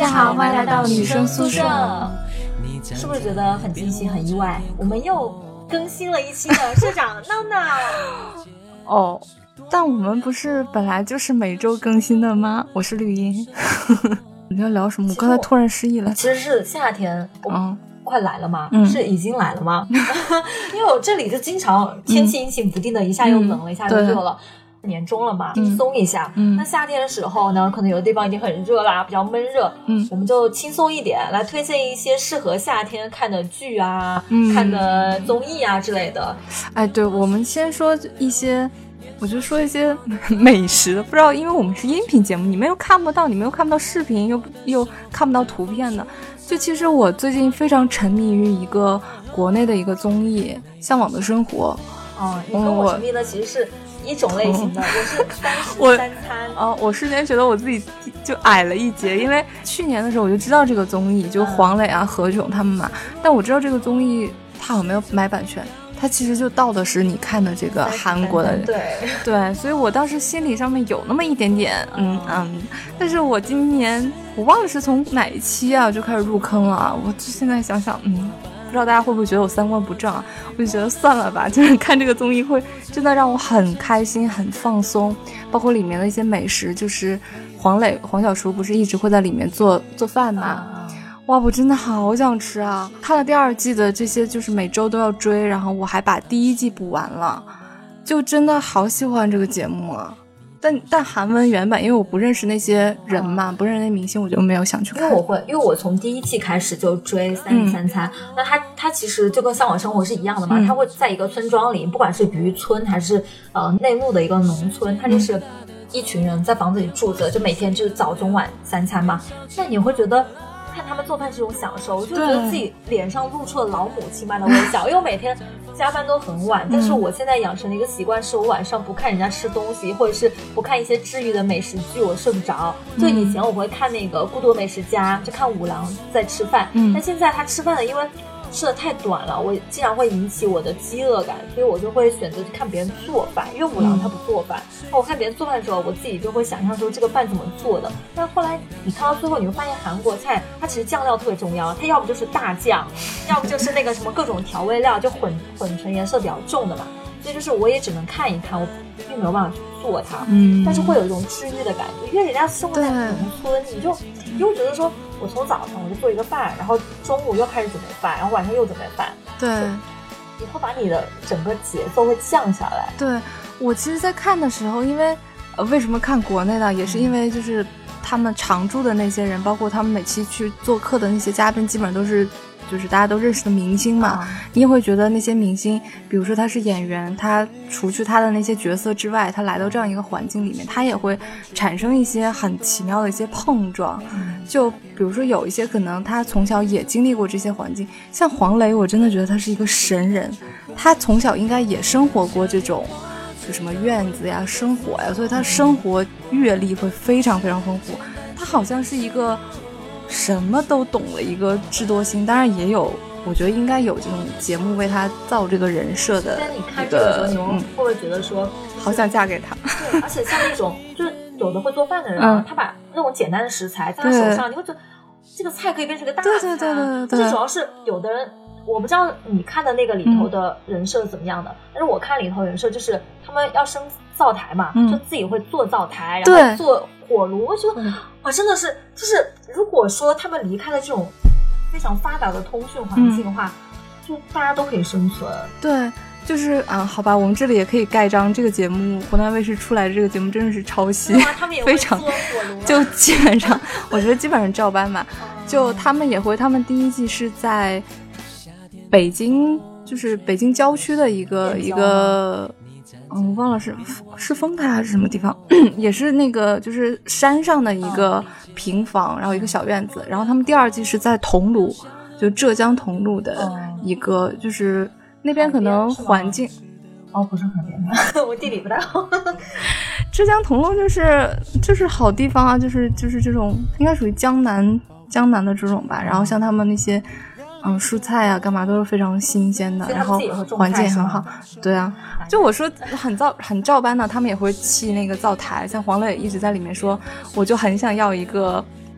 家好，欢迎来到女生宿舍。 是不是觉得很惊喜很意外？我们又更新了一期的社长闹闹。 哦，但我们不是本来就是每周更新的吗？我是绿茵。你要聊什么？我刚才突然失忆了。 其实是夏天，快来了吗？是已经来了吗？因为我这里就经常天气阴晴不定的，一下又冷了，一下又热了。年终了嘛，轻松一下。那夏天的时候呢，可能有的地方已经很热啦，比较闷热。我们就轻松一点，来推荐一些适合夏天看的剧啊，看的综艺啊之类的。 哎，对，我们先说一些，我就说一些美食的，不知道，因为我们是音频节目，你们又看不到，你们又看不到视频，又看不到图片的。就其实我最近非常沉迷于一个国内的一个综艺《向往的生活》。 你跟我沉迷的其实是一种类型的，我是三餐。 我瞬间觉得我自己就矮了一截，因为去年的时候我就知道这个综艺，就黄磊啊、何炅他们嘛。但我知道这个综艺他好像没有买版权，他其实就盗的是你看的这个韩国的，对，所以我当时心理上面有那么一点点，但是我今年我忘了是从哪一期啊就开始入坑了，我现在想想，不知道大家会不会觉得我三观不正啊？我就觉得算了吧，就是看这个综艺会真的让我很开心、很放松，包括里面的一些美食，就是黄小厨不是一直会在里面做饭嘛？哇，我真的好想吃啊！看了第2季的这些，就是每周都要追，然后我还把第1季补完了，就真的好喜欢这个节目啊！但韩文原版，因为我不认识那些人嘛，不认识那名星，我就没有想去看。 因为我从第1季开始就追三餐，那它其实就跟向往生活是一样的嘛，它会在一个村庄里，不管是渔村还是内陆的一个农村，它就是一群人在房子里住着，就每天就是早中晚3餐嘛。那你会觉得看他们做饭是一种享受，我就觉得自己脸上露出了老母亲般的微笑，因为我每天加班都很晚，但是我现在养成了一个习惯，是我晚上不看人家吃东西，或者是不看一些治愈的美食剧，我睡不着。就以前我会看那个《孤独美食家》，就看五郎在吃饭，但现在他吃饭的因为吃的太短了，我经常会引起我的饥饿感，所以我就会选择去看别人做饭，因为五郎他不做饭，那我看别人做饭的时候，我自己就会想象说这个饭怎么做的。但后来你看到最后，你会发现韩国菜它其实酱料特别重要，它要不就是大酱，要不就是那个什么各种调味料，就混成颜色比较重的嘛。所以就是我也只能看一看，我并没有办法去做它，但是会有一种治愈的感觉，因为人家生活在农村，你就觉得说我从早上我就做一个饭，然后中午又开始准备饭，然后晚上又准备饭， 对， 你会把你的整个节奏会降下来。 对，我其实在看的时候，因为为什么看国内的，也是因为就是他们常驻的那些人，包括他们每期去做客的那些嘉宾，基本上都是就是大家都认识的明星嘛，你也会觉得那些明星，比如说他是演员，他除去他的那些角色之外，他来到这样一个环境里面，他也会产生一些很奇妙的一些碰撞。就比如说有一些可能他从小也经历过这些环境，像黄磊，我真的觉得他是一个神人，他从小应该也生活过这种就什么院子呀、生活呀，所以他生活阅历会非常非常丰富。他好像是一个什么都懂了一个智多星，当然也有，我觉得应该有这种节目为他造这个人设的。 但你看这个时候，你会不会觉得说， 好想嫁给他？ 对，而且像那种就是有的会做饭的人，他把那种简单的食材在他手上，你会觉得这个菜可以变成个大菜。对，这主要是有的人。我不知道你看的那个里头的人设怎么样的，但是我看里头人设就是他们要升灶台嘛，就自己会做灶台，然后做火炉。我觉得哇，真的是就是如果说他们离开了这种非常发达的通讯环境的话，就大家都可以生存。 对，就是好吧，我们这里也可以盖章，这个节目湖南卫视出来的这个节目真的是抄袭， 他们也会做火炉， 就基本上我觉得基本上照搬嘛。就他们也会，他们第1季是在北京，就是北京郊区的一个我忘了是丰台还是什么地方，也是那个就是山上的一个平房，然后一个小院子。然后他们第2季是在桐庐，就浙江桐庐的一个，就是那边可能环境不是海边，我地理不太好。 浙江桐庐就是好地方啊，就是这种应该属于江南的这种吧。然后像他们那些蔬菜啊干嘛都是非常新鲜的，然后环境也很好。对啊，就我说很照搬的，他们也会砌那个灶台，像黄磊一直在里面说，我就很想要一个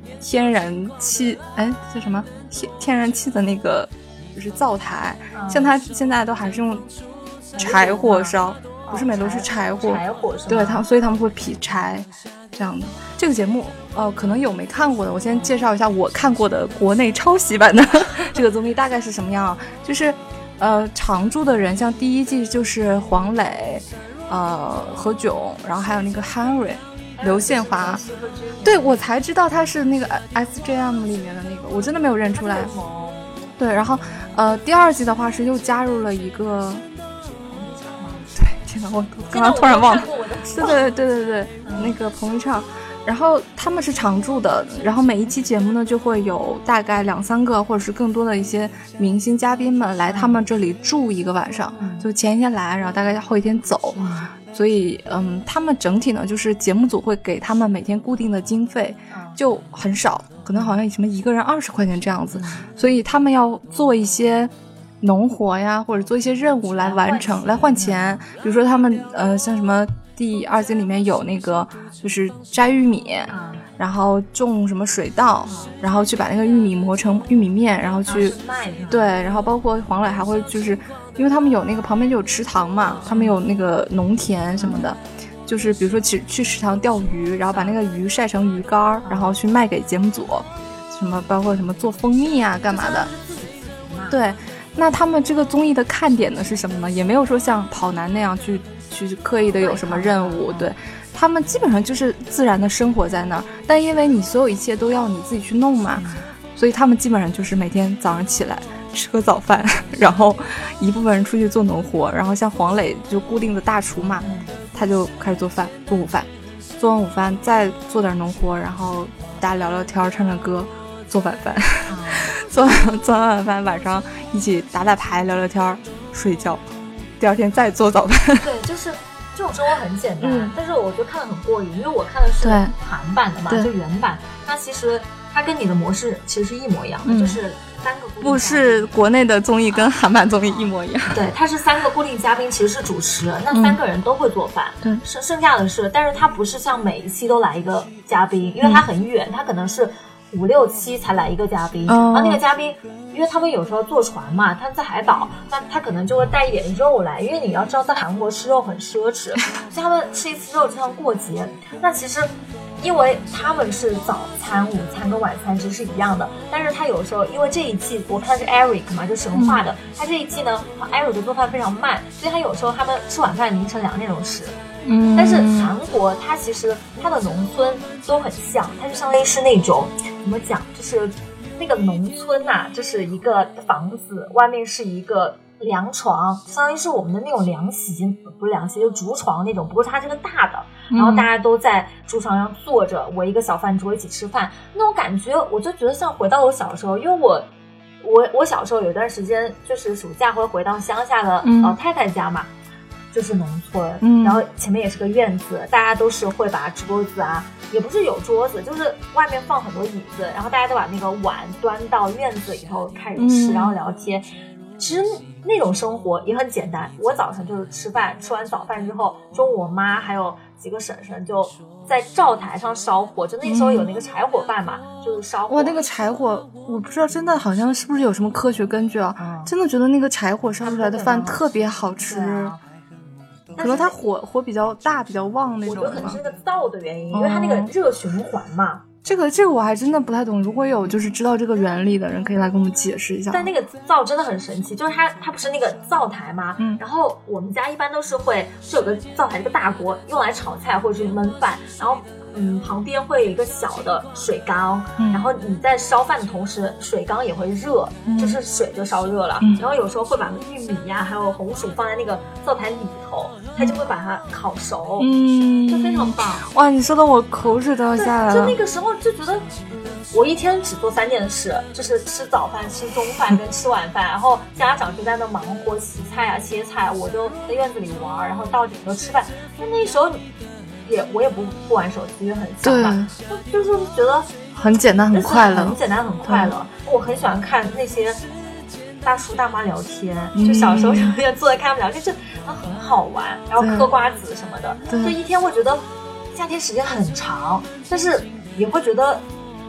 天然气，叫什么天然气的那个就是灶台，像它现在都还是用柴火烧，不是煤炉是柴火是吧？ 对，所以他们会劈柴这样的。这个节目可能有没看过的，我先介绍一下我看过的国内抄袭版的这个综艺大概是什么样。就是常驻的人，像第一季就是黄磊、何炅，然后还有那个 Henry。刘宪华，对，我才知道他是那个 SJM 里面的那个，我真的没有认出来。对，然后第二季的话是又加入了一个，对，天哪，我刚刚突然忘了，对，那个彭昱畅，然后他们是常驻的，然后每一期节目呢就会有大概2-3个或者是更多的一些明星嘉宾们来他们这里住一个晚上，就前一天来，然后大概后一天走。所以他们整体呢就是节目组会给他们每天固定的经费，就很少，可能好像什么一个人20块钱这样子，所以他们要做一些农活呀，或者做一些任务来完成，来换钱。比如说他们像什么第2季里面有那个就是摘玉米，然后种什么水稻，然后去把那个玉米磨成玉米面，然后去对，然后包括黄磊还会就是因为他们有那个旁边就有池塘嘛，他们有那个农田什么的，就是比如说去池塘钓鱼，然后把那个鱼晒成鱼干，然后去卖给节目组，什么包括什么做蜂蜜啊干嘛的。对，那他们这个综艺的看点呢是什么呢？也没有说像跑男那样去刻意的有什么任务，对，他们基本上就是自然的生活在那儿，但因为你所有一切都要你自己去弄嘛，所以他们基本上就是每天早上起来吃个早饭，然后一部分人出去做农活，然后像黄磊就固定的大厨嘛，他就开始做饭，做午饭，做完午饭再做点农活，然后大家聊聊天唱唱歌，做晚饭，做完晚饭晚上一起打打牌聊聊天睡觉，第二天再做早饭。 对，就是这种生活很简单，但是我觉得看得很过瘾，因为我看的是韩版的嘛，就原版，那其实它跟你的模式其实是一模一样的，就是3个固定嘉宾， 不是国内的综艺跟韩版综艺一模一样。对， 它是3个固定嘉宾，其实是主持，那3个人都会做饭，对，剩下的是，但是它不是像每一期都来一个嘉宾，因为它很远，它可能是5-6期才来一个嘉宾，然后那个嘉宾，因为他们有时候坐船嘛，他在海岛，那他可能就会带一点肉来，因为你要知道在韩国吃肉很奢侈，所以他们吃一次肉就像过节。那其实因为他们是早餐、午餐跟晚餐其实是一样的，但是他有时候因为这一季我看是 Eric 嘛，就神话的，他这一季呢 Eric 做饭非常慢，所以他有时候他们吃晚饭凌晨2点钟吃。但是韩国它其实它的农村都很像，它就相当于是那种怎么讲，就是那个农村呐，就是一个房子外面是一个凉床，相当于是我们的那种凉席，不是凉席，就竹床那种，不过它这个大的，然后大家都在竹床上坐着围一个小饭桌一起吃饭，那种感觉我就觉得像回到我小时候，因为我小时候有段时间就是暑假会回到乡下的老太太家嘛，就是农村，然后前面也是个院子，大家都是会把桌子啊，也不是有桌子，就是外面放很多椅子，然后大家都把那个碗端到院子里头开始吃，然后聊天。其实那种生活也很简单，我早上就是吃饭，吃完早饭之后，中午我妈还有几个婶婶就在灶台上烧火，就那时候有那个柴火饭嘛，就是烧火。 哇，那个柴火我不知道真的好像是不是有什么科学根据啊，真的觉得那个柴火烧出来的饭特别好吃。可能它火比较大比较旺那种， 我觉得可能是那个灶的原因，因为它那个热循环嘛。 这个我还真的不太懂，如果有就是知道这个原理的人可以来给我们解释一下。 但那个灶真的很神奇，就是它不是那个灶台吗？然后我们家一般都是有个灶台，这个大锅用来炒菜或者是焖饭，然后旁边会有一个小的水缸，然后你在烧饭的同时水缸也会热，就是水就烧热了，然后有时候会把玉米呀还有红薯放在那个灶台里头，它就会把它烤熟，就非常棒。 哇，你说的我口水都要下来了。 就那个时候就觉得我一天只做3件事，就是吃早饭、吃中饭跟吃晚饭，然后家长就在那忙活洗菜啊切菜，我就在院子里玩，然后到点就吃饭。那时候我也不玩手机，因为很小嘛，就是觉得很简单很快乐， 很简单很快乐。我很喜欢看那些大叔大妈聊天，就小时候有点坐在看他们聊天，就很好玩，然后嗑瓜子什么的，就一天会觉得夏天时间很长，但是也会觉得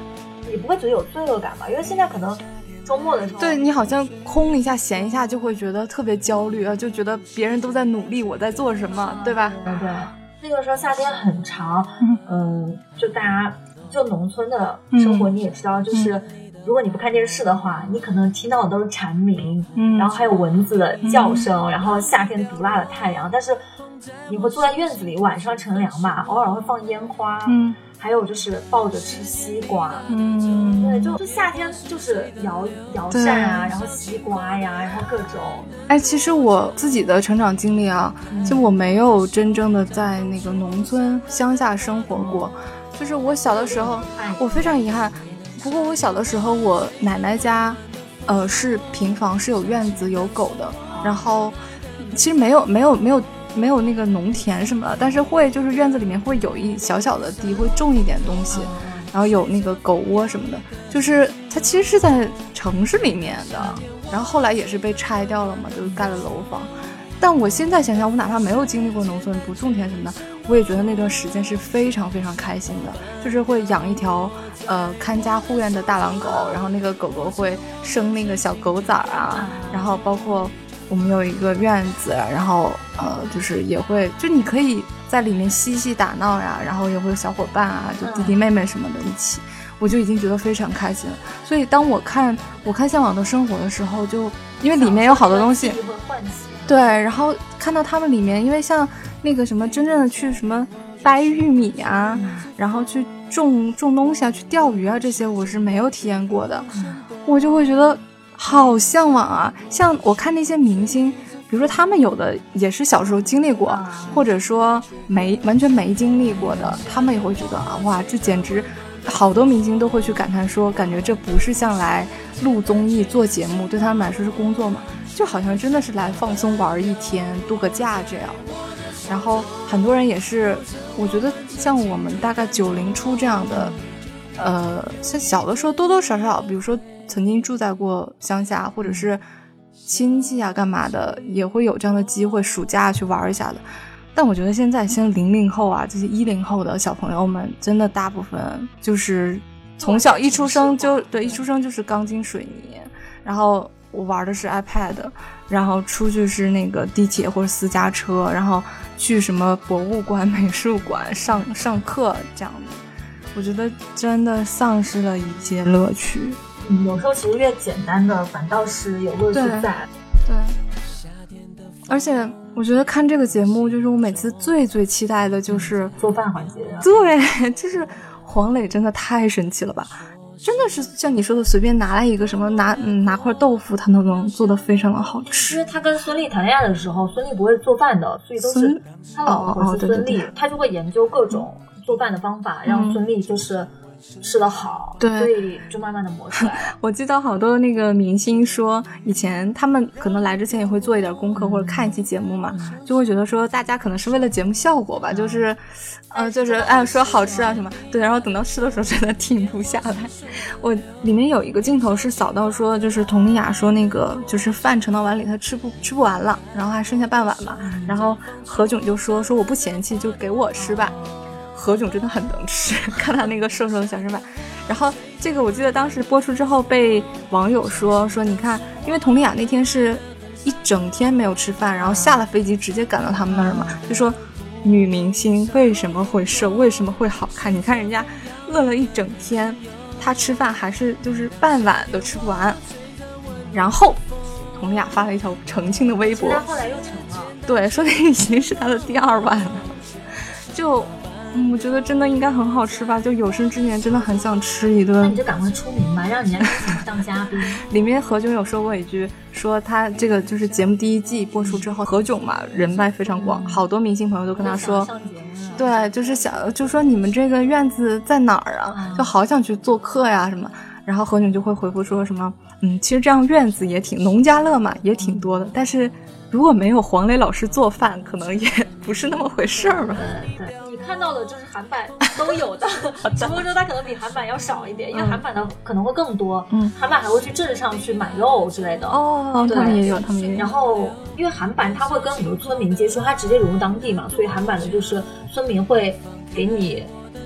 你不会觉得有罪恶感吧？因为现在可能周末的时候， 对你好像空一下闲一下就会觉得特别焦虑啊，就觉得别人都在努力，我在做什么，对吧？ 对，那个时候夏天很长，就大家就农村的生活你也知道，就是如果你不看电视的话，你可能听到的都是蝉鸣，然后还有蚊子的叫声，然后夏天毒辣的太阳，但是你会坐在院子里，晚上乘凉嘛，偶尔会放烟花，还有就是抱着吃西瓜，对，就夏天就是摇扇啊，然后西瓜呀，然后各种。 哎，其实我自己的成长经历啊，就我没有真正的在那个农村乡下生活过，就是我小的时候，我非常遗憾。不过我小的时候，我奶奶家，是平房，是有院子有狗的，然后其实没有那个农田什么的，但是会就是院子里面会有一小小的地，会种一点东西，然后有那个狗窝什么的，就是它其实是在城市里面的，然后后来也是被拆掉了嘛，就是盖了楼房。但我现在想想，我哪怕没有经历过农村不种田什么的，我也觉得那段时间是非常非常开心的，就是会养一条看家护院的大狼狗，然后那个狗狗会生那个小狗崽啊，然后包括我们有一个院子，然后就是也会，就你可以在里面嬉戏打闹呀，然后也会有小伙伴啊，就弟弟妹妹什么的一起，我就已经觉得非常开心了。所以当我看《向往的生活》的时候，就因为里面有好多东西，对，然后看到他们里面，因为像那个什么真正的去什么掰玉米啊，然后去种东西啊，去钓鱼啊，这些我是没有体验过的，我就会觉得好向往啊。像我看那些明星，比如说他们有的也是小时候经历过，或者说完全没经历过的，他们也会觉得啊，哇，这简直，好多明星都会去感叹说，感觉这不是像来录综艺做节目，对他们来说是工作嘛，就好像真的是来放松玩一天度个假这样。然后很多人也是，我觉得像我们大概90初这样的像小的时候多多少少，比如说曾经住在过乡下，或者是亲戚啊干嘛的，也会有这样的机会暑假去玩一下的。但我觉得现在像00后啊，这些10后的小朋友们，真的大部分就是从小一出生就是钢筋水泥，然后我玩的是 iPad， 然后出去是那个地铁或者私家车，然后去什么博物馆、美术馆上课这样的。我觉得真的丧失了一些乐趣。 有时候其实越简单的反倒是有乐趣在。 对，而且我觉得看这个节目，就是我每次最期待的就是做饭环节。 对，就是黄磊真的太神奇了吧！真的是像你说的，随便拿来一个什么拿块豆腐，他都能做得非常的好吃。 因为他跟孙俪谈恋爱的时候，孙俪不会做饭的，所以都是他老婆是孙俪，他就会研究各种做饭的方法，让孙俪就是吃得好， 对， 所以就慢慢的磨出来了。 我记得好多那个明星说，以前他们可能来之前也会做一点功课或者看一期节目嘛，就会觉得说大家可能是为了节目效果吧，就是说好吃啊什么，对，然后等到吃的时候真的停不下来。我里面有一个镜头是扫到说，就是佟丽娅说那个就是饭盛到碗里她吃不完了，然后还剩下半碗嘛，然后何炅就说我不嫌弃，就给我吃吧。何炅真的很能吃，看他那个瘦瘦的小身板。然后这个我记得当时播出之后被网友说你看，因为佟丽娅那天是一整天没有吃饭，然后下了飞机直接赶到他们那儿嘛，就说女明星为什么会瘦，为什么会好看，你看人家饿了一整天，她吃饭还是就是半碗都吃不完。然后佟丽娅发了一条澄清的微博， 她后来又成了， 对，说那已经是她的第2碗了。就我觉得真的应该很好吃吧，就有生之年真的很想吃一顿。 那你就赶快出名吧，让人家请你当嘉宾。 里面何炅有说过一句，说他这个就是节目第1季播出之后，何炅嘛人脉非常广，好多明星朋友都跟他说，对，就是就说你们这个院子在哪儿啊，就好想去做客呀什么。然后何炅就会回复说什么，其实这样院子也挺农家乐嘛，也挺多的，但是如果没有黄磊老师做饭，可能也不是那么回事儿吧。 对，你看到的就是韩版都有的，只不过说它可能比韩版要少一点，因为韩版的可能会更多。韩版还会去镇上去买肉之类的。对， 他们也有。 然后因为韩版它会跟很多村民接触，它直接融入当地嘛，所以韩版的就是村民会给你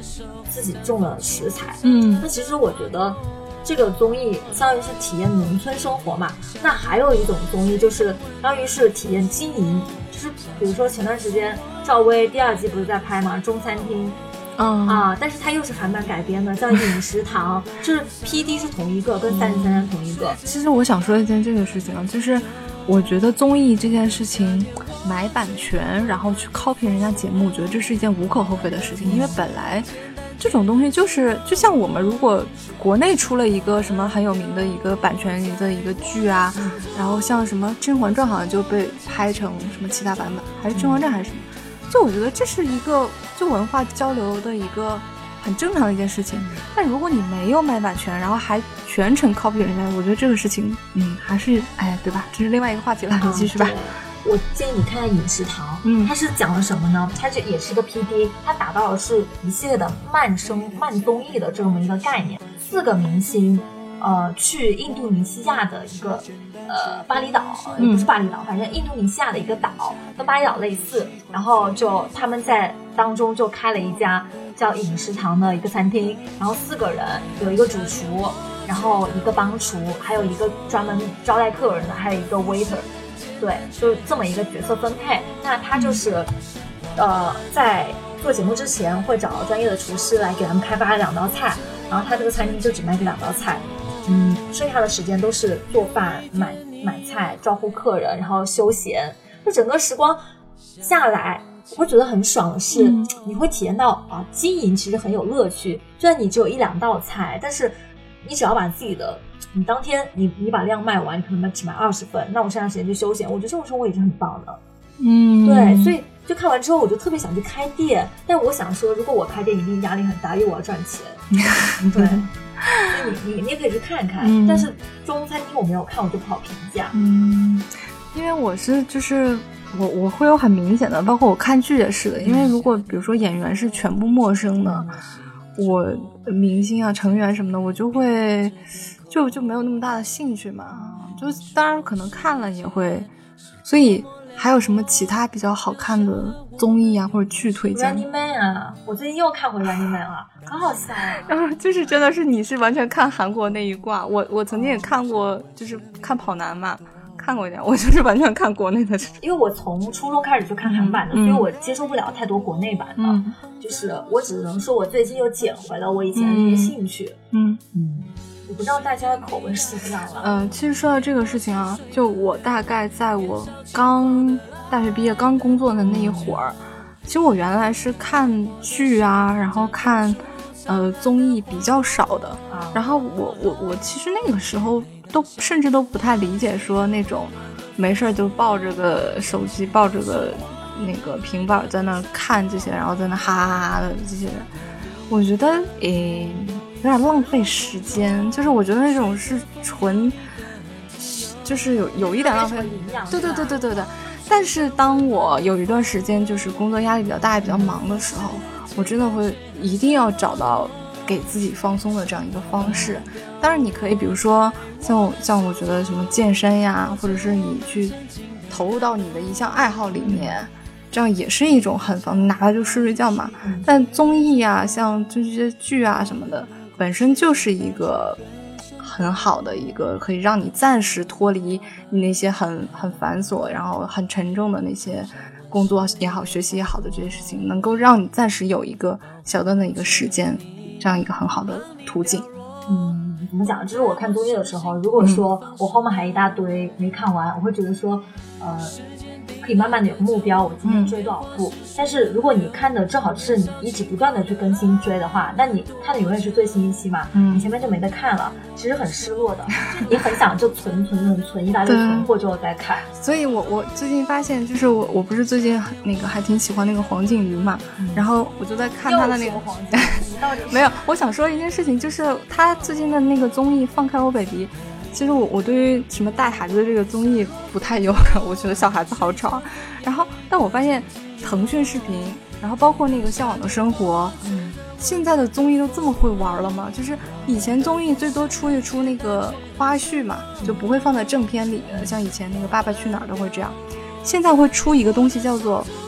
自己种的食材。 那其实我觉得这个综艺相当于是体验农村生活嘛，那还有一种综艺就是相当于是体验经营，就是比如说前段时间赵薇第2季不是在拍嘛，中餐厅但是它又是韩版改编的，叫饮食堂就是 PD 是同一个，跟333同一个。 其实我想说一件这个事情啊，就是我觉得综艺这件事情买版权然后去 copy 人家节目，我觉得这是一件无可厚非的事情，因为本来这种东西就是就像我们如果国内出了一个什么很有名的一个版权的一个剧啊，然后像什么《甄嬛传》好像就被拍成什么其他版本，还是《甄嬛传》还是什么，就我觉得这是一个就文化交流的一个很正常的一件事情。但如果你没有买版权然后还全程 copy 人家，我觉得这个事情还是对吧，这是另外一个话题了，你继续吧。 我建议你看看饮食堂，它是讲了什么呢？它也是个 PD， 它打造的是一系列的慢综艺的这么一个概念。4个明星去印度尼西亚的一个巴厘岛，不是巴厘岛，反正印度尼西亚的一个岛，跟巴厘岛类似，然后就他们在当中就开了一家叫饮食堂的一个餐厅，然后4个人，有一个主厨，然后一个帮厨，还有一个专门招待客人的，还有一个 waiter。对，就这么一个角色分配。那他就是在做节目之前会找专业的厨师来给他们开发2道菜，然后他这个餐厅就只卖这2道菜，剩下的时间都是做饭、买菜、招呼客人，然后休闲。就整个时光下来，我会觉得很爽的是，你会体验到经营其实很有乐趣。虽然你只有1-2道菜，但是你只要把自己的你当天你把量卖完，你可能只卖20份，那我剩下时间去休闲，我觉得这种生活也是很棒的。对，所以就看完之后我就特别想去开店，但我想说如果我开店一定压力很大，因为我要赚钱。对，所以你也可以去看看，但是中餐厅我没有看，我就不好评价。 因为我是就是我会有很明显的，包括我看剧也是的，因为如果比如说演员是全部陌生的，我明星啊成员什么的，我就会就没有那么大的兴趣嘛，就当然可能看了也会。所以还有什么其他比较好看的综艺啊或者剧推荐？ Running Man 啊，我最近又看回 Running Man 了，好好笑啊。 就是真的是你是完全看韩国那一挂，我曾经也看过，就是看跑男嘛，看过一点，我就是完全看国内的。 因为我从初中开始就看韩版的，所以我接受不了太多国内版的，就是我只能说我最近又捡回了我以前的那些兴趣。我不知道大家的口味是不一样了。 其实说到这个事情啊，就我大概在我刚大学毕业刚工作的那一会儿，其实我原来是看剧啊，然后看综艺比较少的，然后我其实那个时候甚至都不太理解说那种没事就抱着个手机抱着个那个平板在那看这些，然后在那哈哈哈的这些人，我觉得有点浪费时间，就是我觉得那种是纯就是有一点浪费营养。 对。但是当我有一段时间就是工作压力比较大也比较忙的时候，我真的会一定要找到给自己放松的这样一个方式。当然你可以比如说像我觉得什么健身呀，或者是你去投入到你的一项爱好里面，这样也是一种很放，哪怕就睡觉嘛。但综艺啊像这些剧啊什么的本身就是一个很好的一个可以让你暂时脱离你那些很繁琐然后很沉重的那些工作也好学习也好的这些事情，能够让你暂时有一个小段的一个时间，这样一个很好的途径。 怎么讲，就是我看综艺的时候，如果说我后面还一大堆没看完，我会觉得说可以慢慢的有个目标，我今天追多少部。但是如果你看的正好是你一直不断的去更新追的话，那你看的永远是最新一期嘛，你前面就没得看了，其实很失落的。你很想就存一大堆存货之后再看。 所以我最近发现，就是我不是最近那个还挺喜欢那个黄靖瑜嘛，然后我就在看他的那个黄靖瑜到底没有，我想说一件事情，就是他最近的那个综艺《放开我 baby》。其实我对于什么带孩子的这个综艺不太有感，我觉得小孩子好吵。然后但我发现腾讯视频，然后包括那个向往的生活，现在的综艺都这么会玩了吗？就是以前综艺最多出一出那个花絮嘛，就不会放在正片里的，像以前那个爸爸去哪儿都会这样。现在会出一个东西叫做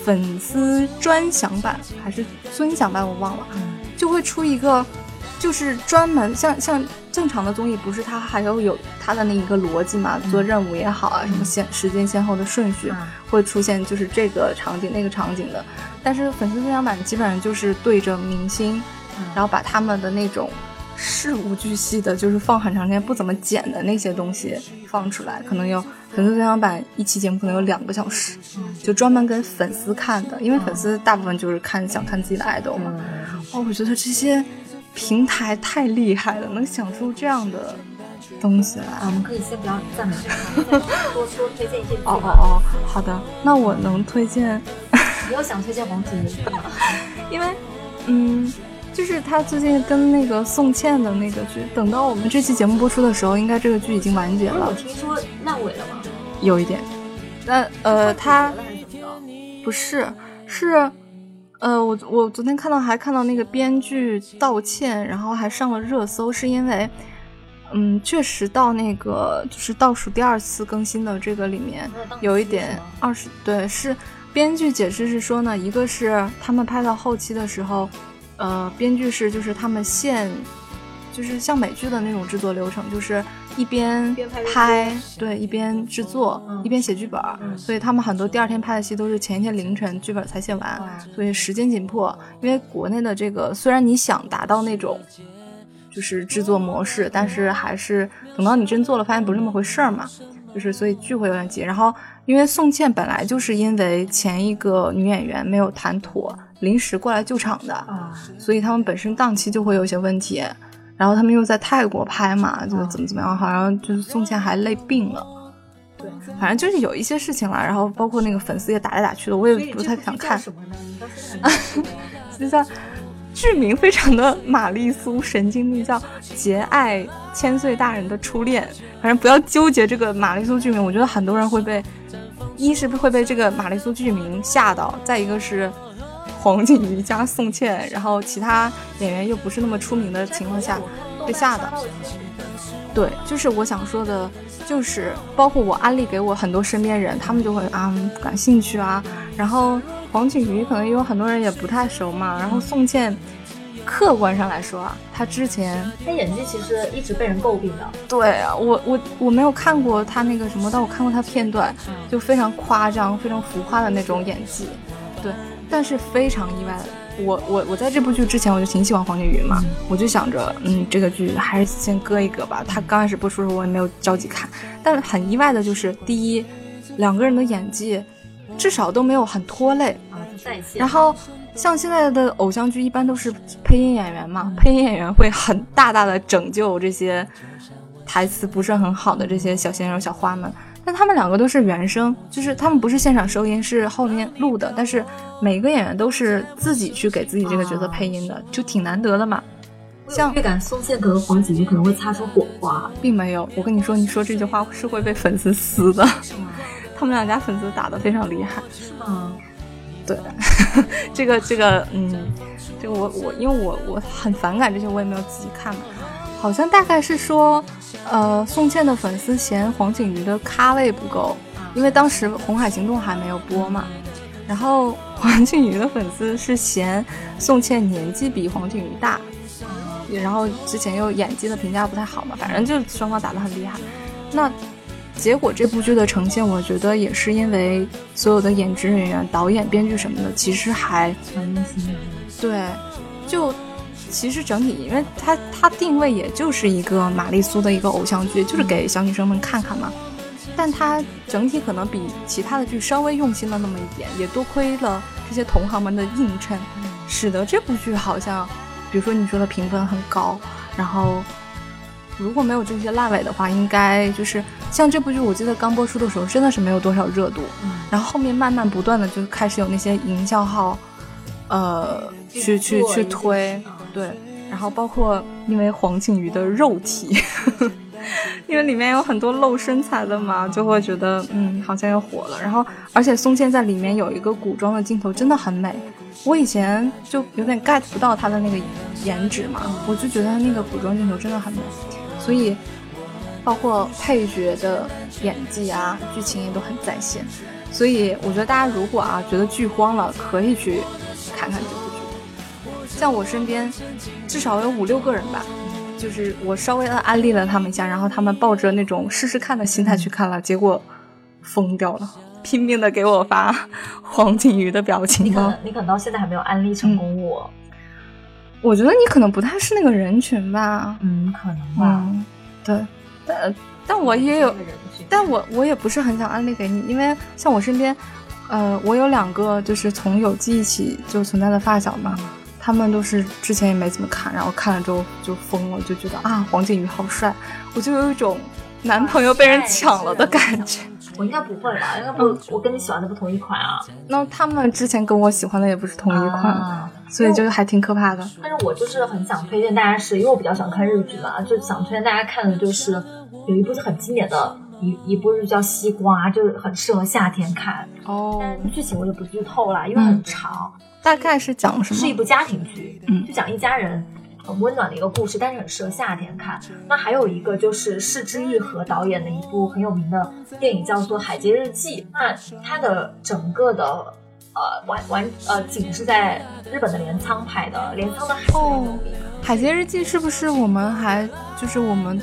粉丝专享版还是尊享版我忘了，就会出一个就是专门像正常的综艺不是它还有它的那一个逻辑嘛，做任务也好啊，什么时间先后的顺序会出现就是这个场景那个场景的，但是粉丝尊享版基本上就是对着明星，然后把他们的那种事无巨细的就是放很长时间不怎么剪的那些东西放出来，可能有粉丝尊享版一期节目可能有2个小时，就专门跟粉丝看的，因为粉丝大部分就是想看自己的爱豆嘛。我觉得这些平台太厉害了，能想出这样的东西来。 我们可以先不要赞美他，多推荐一些剧。 好的，那我能推荐。 你又想推荐王子瑜吗？ 因为就是他最近跟那个宋茜的那个剧，等到我们这期节目播出的时候，应该这个剧已经完结了。 我听说烂尾了吗？ 有一点。那他不是我昨天还看到那个编剧道歉，然后还上了热搜，是因为确实到那个就是倒数第2次更新的这个里面有一点对，是编剧解释是说呢，一个是他们拍到后期的时候编剧是就是他们就是像美剧的那种制作流程，就是一边拍对一边制作一边写剧本，所以他们很多第2天拍的戏都是前一天凌晨剧本才写完，所以时间紧迫。因为国内的这个虽然你想达到那种就是制作模式，但是还是等到你真做了发现不是那么回事嘛，就是所以剧会有点急。然后因为宋茜本来就是因为前一个女演员没有谈妥临时过来救场的，所以他们本身档期就会有一些问题，然后他们又在泰国拍嘛，就怎么样，好像就是宋茜还累病了。对，反正就是有一些事情了，然后包括那个粉丝也打来打去的，我也不太想看。就像剧名非常的玛丽苏神经病，叫节爱千岁大人的初恋。反正不要纠结这个玛丽苏剧名，我觉得很多人一是会被这个玛丽苏剧名吓到，再一个是黄景瑜加宋茜，然后其他演员又不是那么出名的情况下被吓到。对，就是我想说的，就是包括我安利给我很多身边人，他们就会感兴趣啊。然后黄景瑜可能有很多人也不太熟嘛，然后宋茜客观上来说啊，他之前他演技其实一直被人诟病的。 对啊，我没有看过他那个什么，但我看过他片段，就非常夸张非常浮夸的那种演技。对，但是非常意外的，我在这部剧之前我就挺喜欢黄景瑜嘛，我就想着这个剧还是先搁一搁吧。他刚开始播出的时候我也没有着急看，但很意外的就是第一2个人的演技至少都没有很拖累然后像现在的偶像剧一般都是配音演员嘛，配音演员会很大的拯救这些台词不是很好的这些小鲜肉小花们，但他们2个都是原声，就是他们不是现场收音，是后面录的，但是每个演员都是自己去给自己这个角色配音的，就挺难得的嘛。 像预感宋茜和黄景瑜可能会擦出火花， 并没有。我跟你说，你说这句话是会被粉丝撕的，他们2家粉丝打得非常厉害。 是吗？ 对，这个我因为我很反感这些，我也没有仔细看嘛。好像大概是说宋茜的粉丝嫌黄景瑜的咖位不够，因为当时《红海行动》还没有播嘛，然后黄景瑜的粉丝是嫌宋茜年纪比黄景瑜大，然后之前又演技的评价不太好嘛，反正就双方打得很厉害。那结果这部剧的呈现，我觉得也是因为所有的演职人员、导演、编剧什么的，其实还蛮用心的。 对，就其实整体，因为它定位也就是一个玛丽苏的一个偶像剧，就是给小女生们看看嘛。但它整体可能比其他的剧稍微用心了那么一点，也多亏了这些同行们的映衬，使得这部剧好像，比如说你说的评分很高，然后如果没有这些烂尾的话，应该就是像这部剧，我记得刚播出的时候真的是没有多少热度，然后后面慢慢不断的就开始有那些营销号，去推，对，然后包括因为黄景瑜的肉体，因为里面有很多露身材的嘛，就会觉得好像要火了。然后而且宋茜在里面有一个古装的镜头真的很美，我以前就有点 get 不到她的那个颜值嘛，我就觉得她那个古装镜头真的很美。所以包括配角的演技啊剧情也都很在线， 所以我觉得大家如果觉得剧荒了，可以去看看这部剧。像我身边至少有5-6个人吧，就是我稍微安利了他们一下，然后他们抱着那种试试看的心态去看了，结果疯掉了，拼命的给我发黄景瑜的表情包。 你可能到现在还没有安利成功我。 我觉得你可能不太是那个人群吧。 可能吧。 对，但我也有，但我也不是很想安利给你，因为像我身边，我有2个就是从有记一起就存在的发小嘛，他们都是之前也没怎么看，然后看了之后就疯了，就觉得黄景瑜好帅，我就有一种男朋友被人抢了的感觉。 我应该不会吧？应该不，我跟你喜欢的不同一款啊。 那他们之前跟我喜欢的也不是同一款，所以就还挺可怕的。 但是我就是很想推荐大家因为我比较喜欢看日剧嘛，就想推荐大家看的就是有一部很经典的一部日叫《西瓜》，就是很适合夏天看。但剧情我就不剧透了，因为很长。 大概是讲什么？ 是一部家庭剧，就讲一家人很温暖的一个故事，但是很适合夏天看。那还有一个就是是枝裕和导演的一部很有名的电影叫做《海街日记》，那它的整个的景是在日本的镰仓拍的，镰仓的海街日记是不是我们还就是我们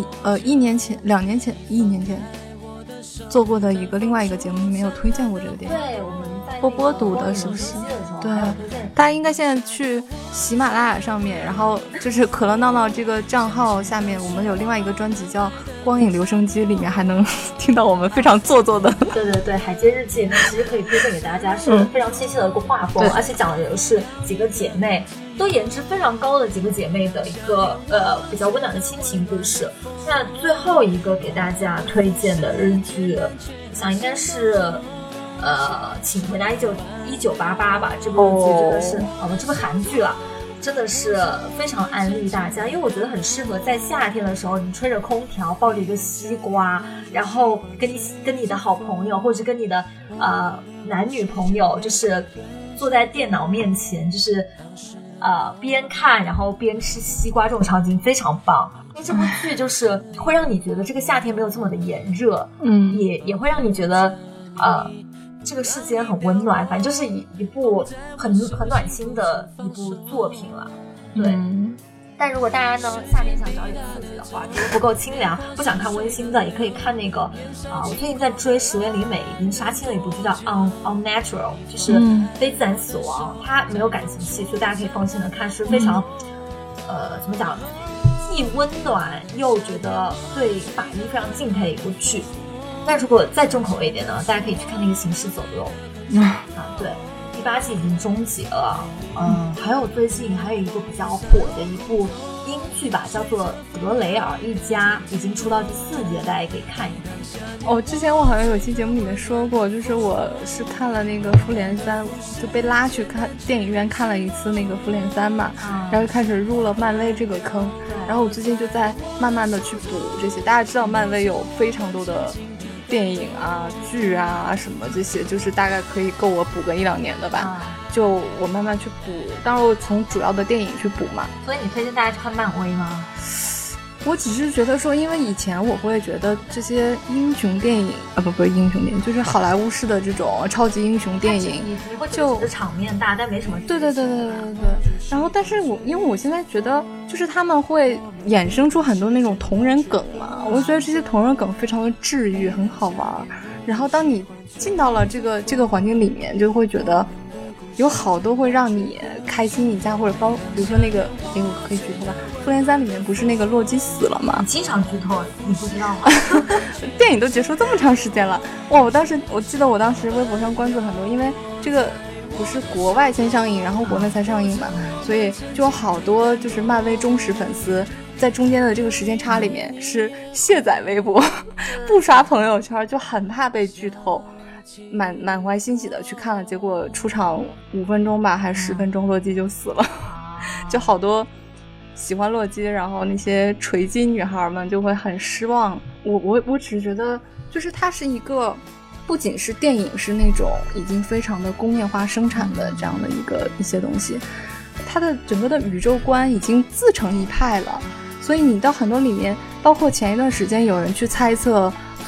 1年前2年前1年前做过的另外一个节目里面有推荐过这个电影？ 对，我们在波波读的是不是？对，大家应该现在去喜马拉雅上面，然后就是可乐闹闹这个账号下面，我们有另外一个专辑叫《光影留声机》，里面还能听到我们非常做作的。 对，海街日记其实可以推荐给大家，是非常清晰的一个画风，而且讲的也是几个姐妹都颜值非常高的几个姐妹的一个比较温暖的亲情故事。那最后一个给大家推荐的日剧，我想应该是请回答1988吧，这部剧真的是这部韩剧啊，真的是非常安利大家，因为我觉得很适合在夏天的时候，你吹着空调，抱着一个西瓜，然后跟你的好朋友或者是跟你的男女朋友，就是坐在电脑面前，就是边看然后边吃西瓜，这种场景非常棒。因为这部剧就是会让你觉得这个夏天没有这么的炎热，也会让你觉得这个世界很温暖，反正就是一部很暖心的一部作品了。对，但如果大家呢夏天想找点刺激的话，觉得不够清凉，不想看温馨的，也可以看那个我最近在追石原里美已经杀青的一部剧叫 Unnatural， 就是非自然死亡，它没有感情戏，所以大家可以放心的看，是非常怎么讲，既温暖又觉得对法医非常敬佩的一部剧。那如果再重口味一点呢，大家可以去看那个《行尸走肉》对，第8季已经终结了。还有最近还有一个比较火的一部英剧吧，叫做《德雷尔一家》，已经出到第4季了，大家也可以看一看。 之前我好像有期节目里面说过，就是我是看了那个《复联3》，就被拉去看电影院看了一次那个《复联3》嘛，然后就开始入了漫威这个坑，然后我最近就在慢慢的去补这些。大家知道漫威有非常多的电影啊、剧啊什么这些，就是大概可以够我补个1-2年的吧。就我慢慢去补，当然我从主要的电影去补嘛。 所以你推荐大家去看漫威吗？ 我只是觉得说，因为以前我会觉得这些英雄电影不是英雄电影，就是好莱坞式的这种超级英雄电影， 你会觉得场面大，但没什么。 对。然后，但是因为我现在觉得，就是他们会衍生出很多那种同人梗嘛，我觉得这些同人梗非常的治愈，很好玩。然后当你进到了这个环境里面，就会觉得有好多会让你开心一下，或者比如说那个我可以剧透吧，复联3里面不是那个洛基死了吗？ 你经常剧透，你不知道吗？ 电影都结束这么长时间了，哇！我记得我当时微博上关注很多，因为这个不是国外先上映，然后国内才上映嘛，所以就有好多就是漫威忠实粉丝在中间的这个时间差里面是卸载微博不刷朋友圈，就很怕被剧透，满怀欣喜的去看了，结果出场5分钟吧还是10分钟洛基就死了就好多喜欢洛基然后那些锤击女孩们就会很失望。我只是觉得就是它是一个不仅是电影是那种已经非常的工业化生产的这样的一些东西，它的整个的宇宙观已经自成一派了，所以你到很多里面，包括前一段时间有人去猜测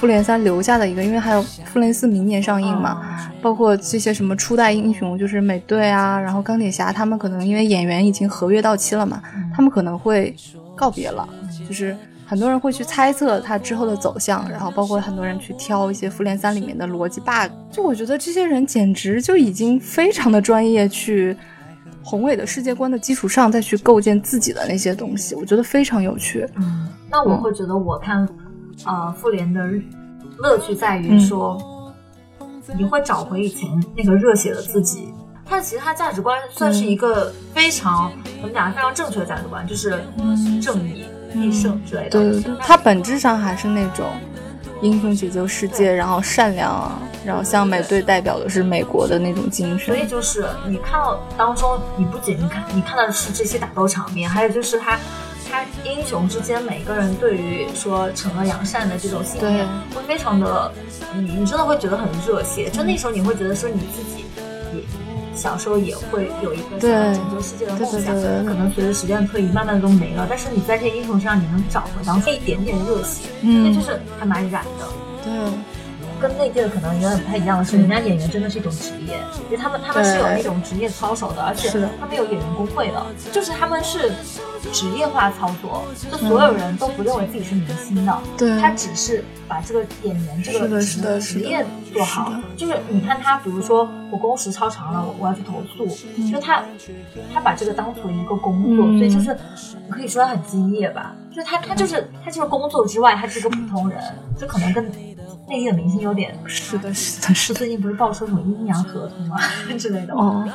复联3留下的一个，因为还有复联4明年上映嘛，包括这些什么初代英雄，就是美队啊，然后钢铁侠，他们可能因为演员已经合约到期了嘛，他们可能会告别了，就是很多人会去猜测他之后的走向，然后包括很多人去挑一些复联3里面的逻辑 bug， 就我觉得这些人简直就已经非常的专业，去宏伟的世界观的基础上再去构建自己的那些东西，我觉得非常有趣。 那我会觉得我看复联的乐趣在于说，你会找回以前那个热血的自己。他其实他价值观算是一个非常怎么讲非常正确的价值观，就是正义必胜之类的。 对对对，他本质上还是那种英雄解救世界，然后善良啊，然后像美队代表的是美国的那种精神。 所以就是你看到当中，你不仅你看到的是这些打斗场面，还有就是他英雄之间每个人对于说惩恶扬善的这种信念，会非常的，你真的会觉得很热血。就那时候你会觉得说你自己也小时候也会有一个想要拯救世界的梦想，可能随着时间的推移慢慢的都没了，但是你在这些英雄身上你能找回到这一点点热血，那就是还蛮燃的。 对， 跟内地的可能有点不太一样的是，人家演员真的是一种职业，因为他们是有那种职业操守的，而且他们有演员工会的，就是他们是职业化操作，就所有人都不认为自己是明星的， 对， 他只是把这个演员这个职业做好。就是你看他，比如说我工时超长了，我要去投诉，就他把这个当做一个工作，所以就是可以说他很敬业吧。就是他就是工作之外，他是一个普通人，就可能跟内地的明星有点是的， 最近不是爆出什么阴阳合同吗之类的哦。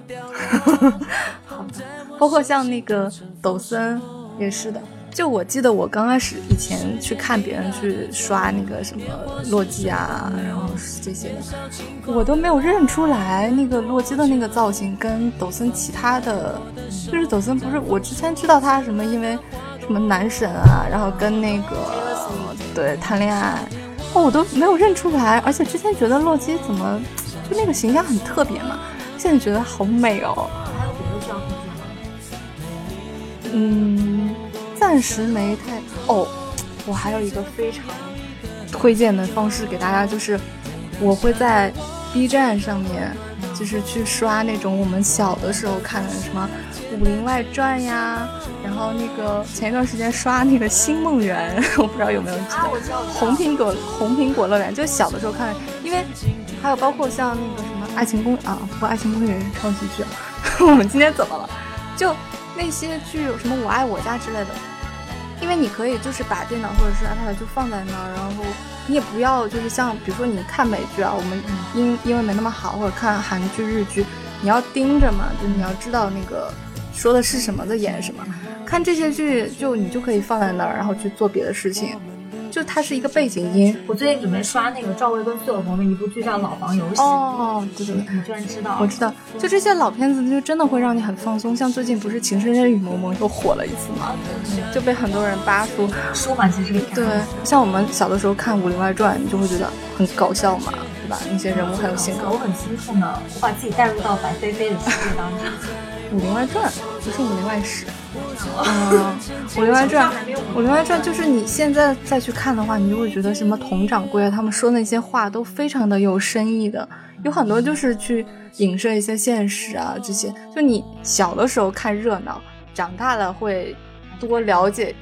好的，包括像那个抖森也是的。就我记得我刚开始以前去看别人去刷那个什么洛基啊，然后这些的，我都没有认出来那个洛基的那个造型跟抖森其他的，就是抖森不是我之前知道他什么因为什么男神啊，然后跟那个对谈恋爱，我都没有认出来，而且之前觉得洛基怎么就那个形象很特别嘛，现在觉得好美哦。 还有别的这样推荐吗？ 暂时没太我还有一个非常推荐的方式给大家，就是我会在 B 站上面就是去刷那种我们小的时候看的什么《武林外传》呀，然后那个前一段时间刷那个《星梦园》我不知道有没有知道， 我知道红苹果乐园，就小的时候看的，因为还有包括像那个什么爱情公啊，不过爱情公寓也是超级剧啊我们今天怎么了，就那些剧有什么我爱我家之类的，因为你可以就是把电脑或者是 iPad 就放在那儿，然后你也不要就是像比如说你看美剧啊，我们英文没那么好，或者看韩剧日剧，你要盯着嘛，就你要知道那个说的是什么在演什么，看这些剧就你就可以放在那儿，然后去做别的事情，就它是一个背景音。 我最近准备刷那个赵薇跟苏有朋的一部剧叫《老房有喜》。 哦，对对对， 你居然知道？ 我知道，就这些老片子就真的会让你很放松。像最近不是《情深深雨蒙蒙》又火了一次嘛，就被很多人扒出书嘛，其实对，像我们小的时候看《武林外传》，你就会觉得很搞笑嘛，对吧？那些人物很有性格。 我很心痛的，我把自己带入到白飞飞的世界当中。 武林外传不是武林外史。武林外传就是你现在再去看的话，你就会觉得什么佟掌柜啊，他们说那些话都非常的有深意的，有很多就是去影射一些现实啊，这些就你小的时候看热闹，长大了会多了解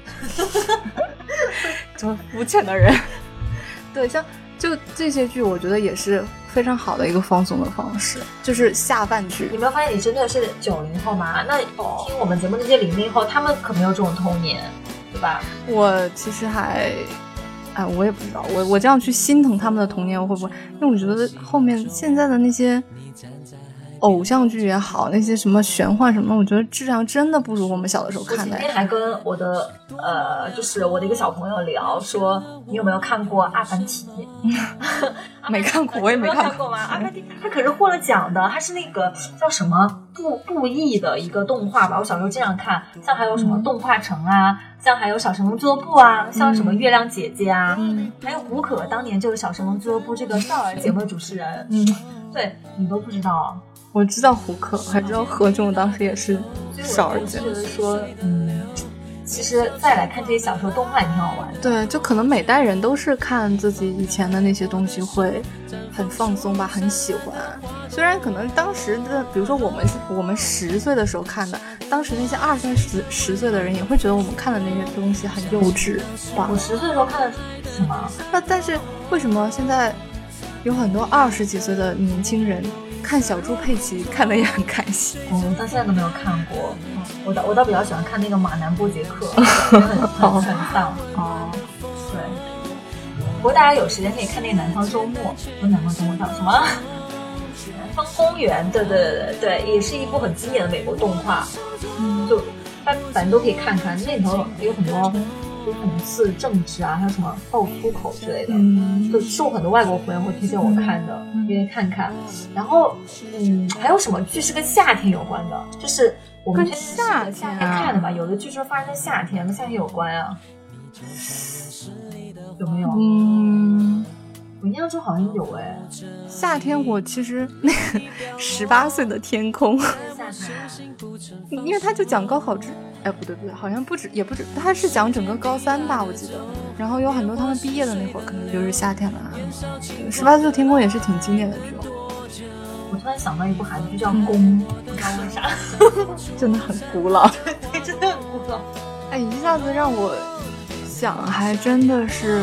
这么肤浅的人对，像就这些剧我觉得也是非常好的一个放松的方式，就是下饭剧。 你没有发现你真的是90后吗？那听我们节目那些00后，他们可没有这种童年，对吧？ 我其实还我也不知道，我这样去心疼他们的童年，我会不会？因为我觉得后面现在的那些偶像剧也好，那些什么玄幻什么，我觉得质量真的不如我们小的时候看的。 我今天还跟我的就是我的一个小朋友聊说，你有没有看过《阿凡提》？ 没看过，我也没看过吗？阿凡提他可是获了奖的，他是那个叫什么布艺的一个动画吧，我小时候经常看，像还有什么动画城啊，像还有小神龙俱乐部啊，像什么月亮姐姐啊，还有胡可当年就是小神龙俱乐部这个少儿节目的主持人，对你都不知道。 我知道胡可，还知道何炅当时也是少儿节目。 就是说， 其实再来看这些小时候动画也挺好玩的。 对，就可能每代人都是看自己以前的那些东西会很放松吧，很喜欢。虽然可能当时的，比如说我们10岁的时候看的，当时那些20、30岁的人也会觉得我们看的那些东西很幼稚吧。 我10岁的时候看的什么？ 那但是为什么现在有很多20几岁的年轻人看小猪佩奇看得也很开心？ 我到现在都没有看过。我倒比较喜欢看那个马南波杰克，很丧。哦，对。不过大家有时间可以看那个南方周末，不是南方周末叫什么？南方公园，对，也是一部很经典的美国动画。就反正都可以看看，那里头有很多就讽刺政治啊，还有什么爆粗口之类的，就是我很多外国朋友会推荐我看的，可以看看。然后还有什么剧是跟夏天有关的？就是我们跟夏天看的吧，有的剧是发生在夏天，跟夏天有关啊，有没有？我印象中好像有哎。 夏天我其实那个18岁的天空，因为他就讲高考制，不对，好像也不止，他是讲整个高3吧，我记得。然后有很多他们毕业的那会儿，可能就是夏天了啊。18岁的天空也是挺经典的剧。 我突然想到一部韩剧叫《宫》，不知道为啥， 真的很古老。 对，真的很古老。 一下子让我想，还真的是。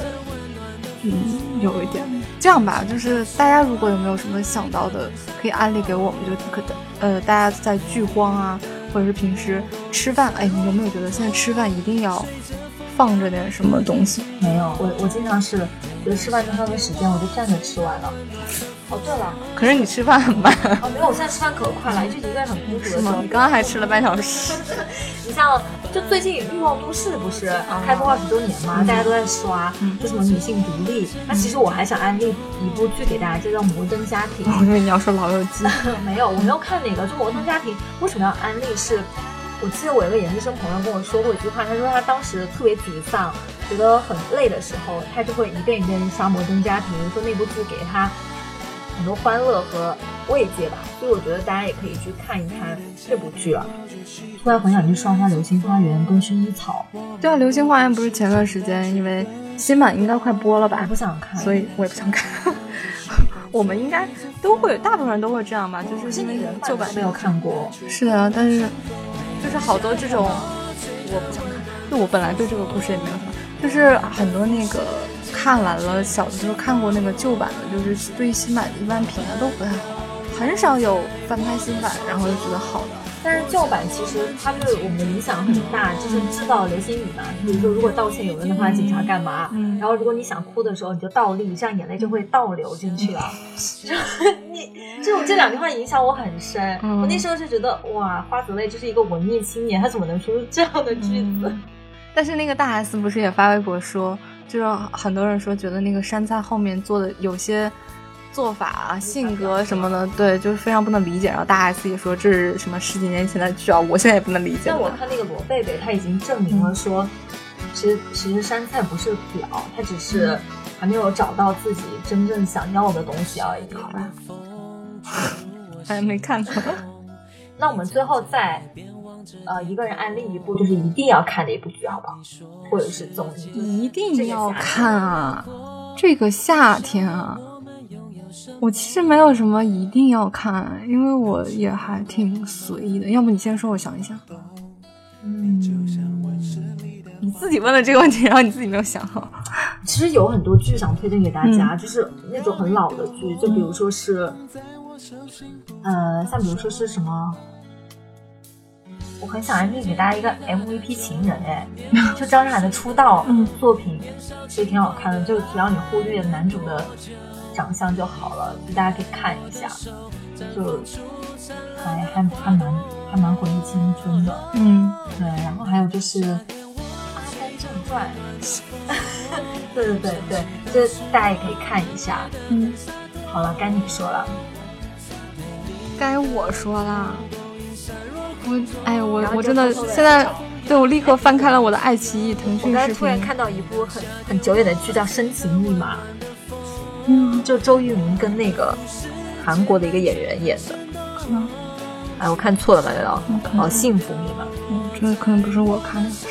有一点这样吧，就是大家如果有没有什么想到的可以安利给我们，就大家在剧荒啊，或者是平时吃饭，你有没有觉得现在吃饭一定要放着点什么东西？ 没有，我经常是觉得吃饭正常的时间我就站着吃完了。哦，对了， 可是你吃饭很慢。 没有，我现在吃饭可快了，就一个人很孤独的时候。 你刚刚还吃了半小时。 你像就最近《欲望都市》不是开播20周年嘛，大家都在刷，就什么女性独立。那其实我还想安利一部剧给大家，就叫《摩登家庭》。 我以为你要说《老友记》。 没有，我没有看那个。就《摩登家庭》为什么要安利？是我记得我有个研究生朋友跟我说过一句话，他说他当时特别沮丧，觉得很累的时候，他就会一遍一遍刷《摩登家庭》，说那部剧给他很多欢乐和慰藉吧，所以我觉得大家也可以去看一看这部剧了。突然很想去刷一下《流星花园》跟《薰衣草》。 对啊，《流星花园》不是前段时间因为新版应该快播了吧？ 我不想看， 所以我也不想看。我们应该都会，大部分人都会这样吧，就是因为旧版没有看过。 是啊，但是就是好多这种我不想看，就我本来对这个故事也没有什么，就是很多那个看完了小的时候看过那个旧版的，就是对新版的一般评价都不太好，很少有翻拍新版然后就觉得好的。 但是旧版其实它对我们的影响很大，就是知道流星雨嘛，比如说如果道歉有人的话，警察干嘛？然后如果你想哭的时候，你就倒立，这样眼泪就会倒流进去了。这两句话影响我很深。我那时候就觉得哇，花泽类就是一个文艺青年，他怎么能说出这样的句子？ 但是那个大 S 不是也发微博说，就是很多人说觉得那个杉菜后面做的有些做法啊、性格什么的，对，就是非常不能理解。然后大 S 也说这是什么10几年前的剧啊，我现在也不能理解。 但我看那个罗贝贝，他已经证明了说，其实杉菜不是婊，他只是还没有找到自己真正想要的东西而已。 好吧，还没看过。 那我们最后再一个人安利一部就是一定要看的一部剧，好不好？或者是综艺， 一定要看啊！这个夏天啊。我其实没有什么一定要看，因为我也还挺随意的。要不你先说，我想一想。你自己问了这个问题，然后你自己没有想好。 其实有很多剧想推荐给大家，就是那种很老的剧，就比如说是，像比如说是什么，我很想安利给大家一个 MVP 情人，就张韶涵的出道作品，所以挺好看的。就只要你忽略男主的长相就好了，就大家可以看一下，就还蛮回忆青春的。对，然后还有就是《阿甘正传》，对，这大家也可以看一下。好了，该你说了。 该我说啦。我真的现在对我立刻翻开了我的爱奇艺、腾讯视频。我刚才突然看到一部很久远的剧叫《深情密码》。就周渝民跟那个韩国的一个演员演的。我看错了吧？幸福密码。 这可能不是我看的书。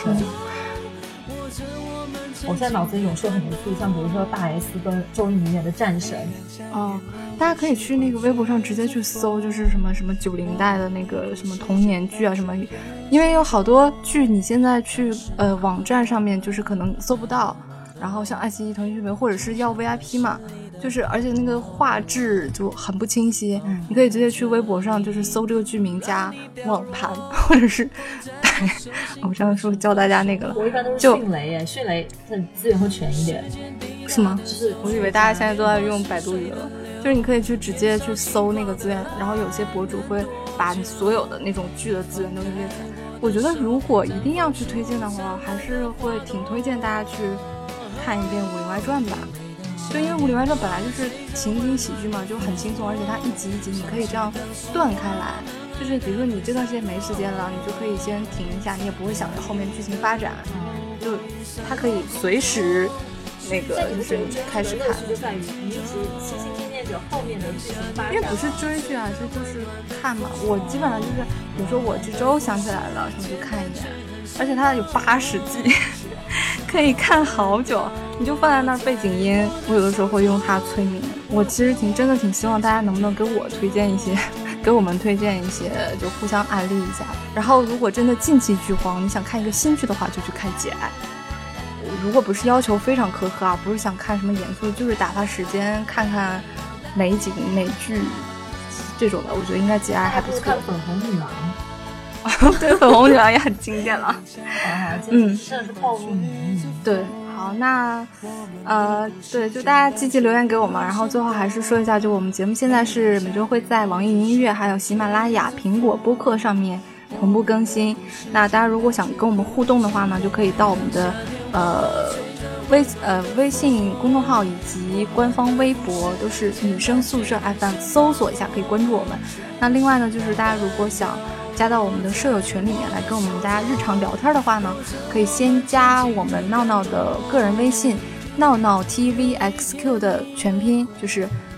我现在脑子里涌出很多剧，像比如说大 S 跟周渝民的战神。 哦，大家可以去那个微博上直接去搜，就是什么什么90代的那个什么童年剧啊什么，因为有好多剧你现在去网站上面就是可能搜不到，然后像爱奇艺、腾讯或者是要 VIP 嘛，就是而且那个画质就很不清晰，你可以直接去微博上就是搜这个剧名加网盘，或者是我这样说教大家那个了， 我一般都是迅雷耶，迅雷它资源会全一点。 是吗？ 就是我以为大家现在都在用百度语了，就是你可以去直接去搜那个资源，然后有些博主会把你所有的那种剧的资源都列出来。我觉得如果一定要去推荐的话，还是会挺推荐大家去看一遍《武林外传》吧。就因为《武林外传》本来就是情景喜剧嘛，就很轻松，而且它一集一集你可以这样断开来，就是比如说你这段时间没时间了，你就可以先停一下，你也不会想着后面剧情发展，就它可以随时那个就是开始看， 就在于你一直心心念念着后面的剧情发展， 因为不是追剧啊，是就是看嘛。我基本上就是，比如说我这周想起来了，什么就看一眼，而且它有80集，可以看好久。你就放在那儿背景音，我有的时候会用它催眠。我其实真的挺希望大家能不能给我推荐一些，给我们推荐一些，就互相安利一下。然后如果真的近期剧荒，你想看一个新剧的话，就去看《节爱》。如果不是要求非常苛刻啊，不是想看什么严肃，就是打发时间看看美景美剧这种的，我觉得应该《节爱》还不错。 看粉红女郎。 对，粉红女郎也很经典了。 真的是暴露年龄。 对，好，那对，就大家积极留言给我们，然后最后还是说一下，就我们节目现在是每周会在网易云音乐、还有喜马拉雅、苹果播客上面同步更新。那大家如果想跟我们互动的话呢，就可以到我们的微信公众号以及官方微博都是女生宿舍 FM， 搜索一下可以关注我们。那另外呢，就是大家如果想加到我们的舍友群里面来跟我们大家日常聊天的话呢，可以先加我们闹闹的个人微信，闹闹 TVXQ 的全拼就是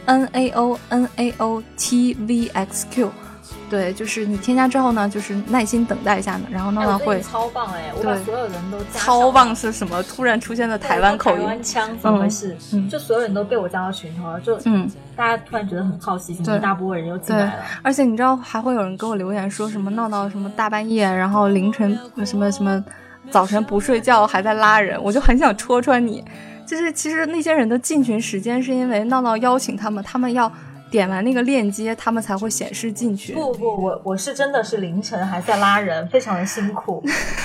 NAONAOTVXQ。对，就是你添加之后呢，就是耐心等待一下呢，然后闹闹会超棒哎！我把所有人都加上。 超棒是什么？突然出现的台湾口音， 台湾腔怎么回事？就所有人都被我加到群头了，就大家突然觉得很好奇，一大波人又进来了。 而且你知道还会有人给我留言说什么闹闹什么大半夜，然后凌晨什么早晨不睡觉还在拉人，我就很想戳穿你。就是其实那些人的进群时间是因为闹闹邀请他们要点完那个链接，他们才会显示进去。 不，我是真的是凌晨还在拉人，非常的辛苦。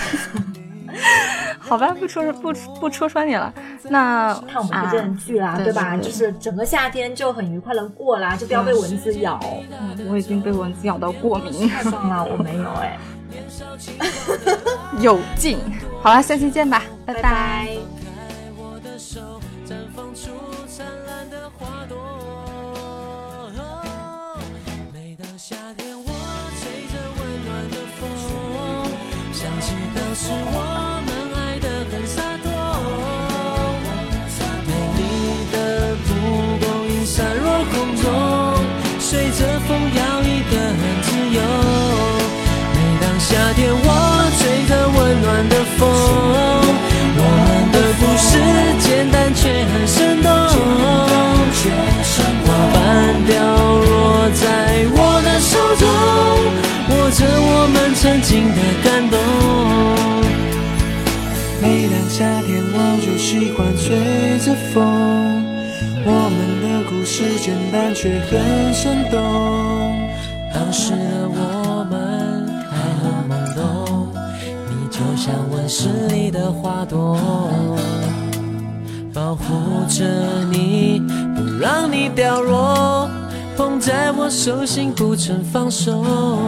好吧，不戳穿你了。那看我们推荐的剧啦，对吧？就是整个夏天就很愉快的过啦，就不要被蚊子咬。 我已经被蚊子咬到过敏。 太棒了，我没有哎。 有劲。好了，下期见吧，拜拜。 夏天我吹着温暖的风，想起当时我们爱得很洒脱，美丽的蒲公英散落空中，随着风摇曳得很自由。每当夏天我吹着温暖的风，我们的故事简单却很生动，花瓣掉落在我手中，握着我们曾经的感动。每当夏天我就喜欢吹着风，我们的故事简单却很生动。当时的我们还很懵懂，你就像温室里的花朵，保护着你不让你掉落，捧在我手心不曾放手。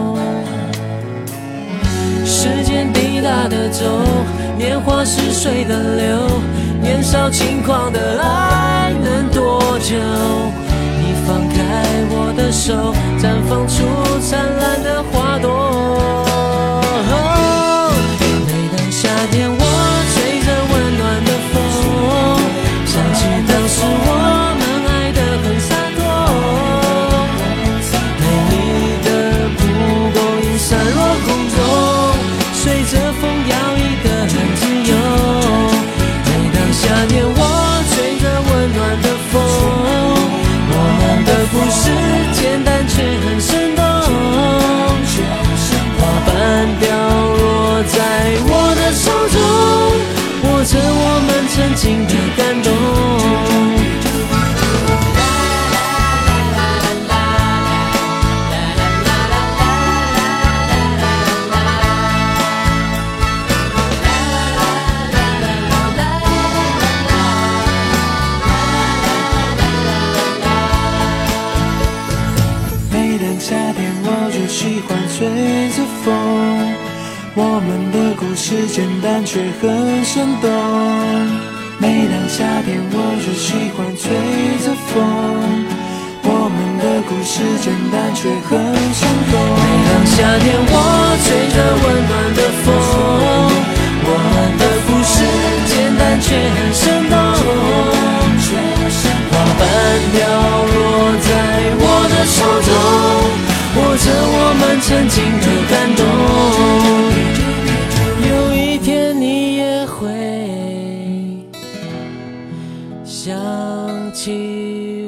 时间滴答的走，年华似水的流，年少轻狂的爱能多久？你放开我的手，绽放出灿烂的花朵。每当夏天我吹着温暖的风，想起当时我们爱得很洒脱，美丽的蒲公英散落空中，随着我们的故事简单却很生动。每当夏天，我就喜欢吹着风。我们的故事简单却很生动。每当夏天，我吹着温暖的风，我们的故事简单却很生动。花瓣飘落在我的手中，握着我们曾经的感动。有一天你也会想起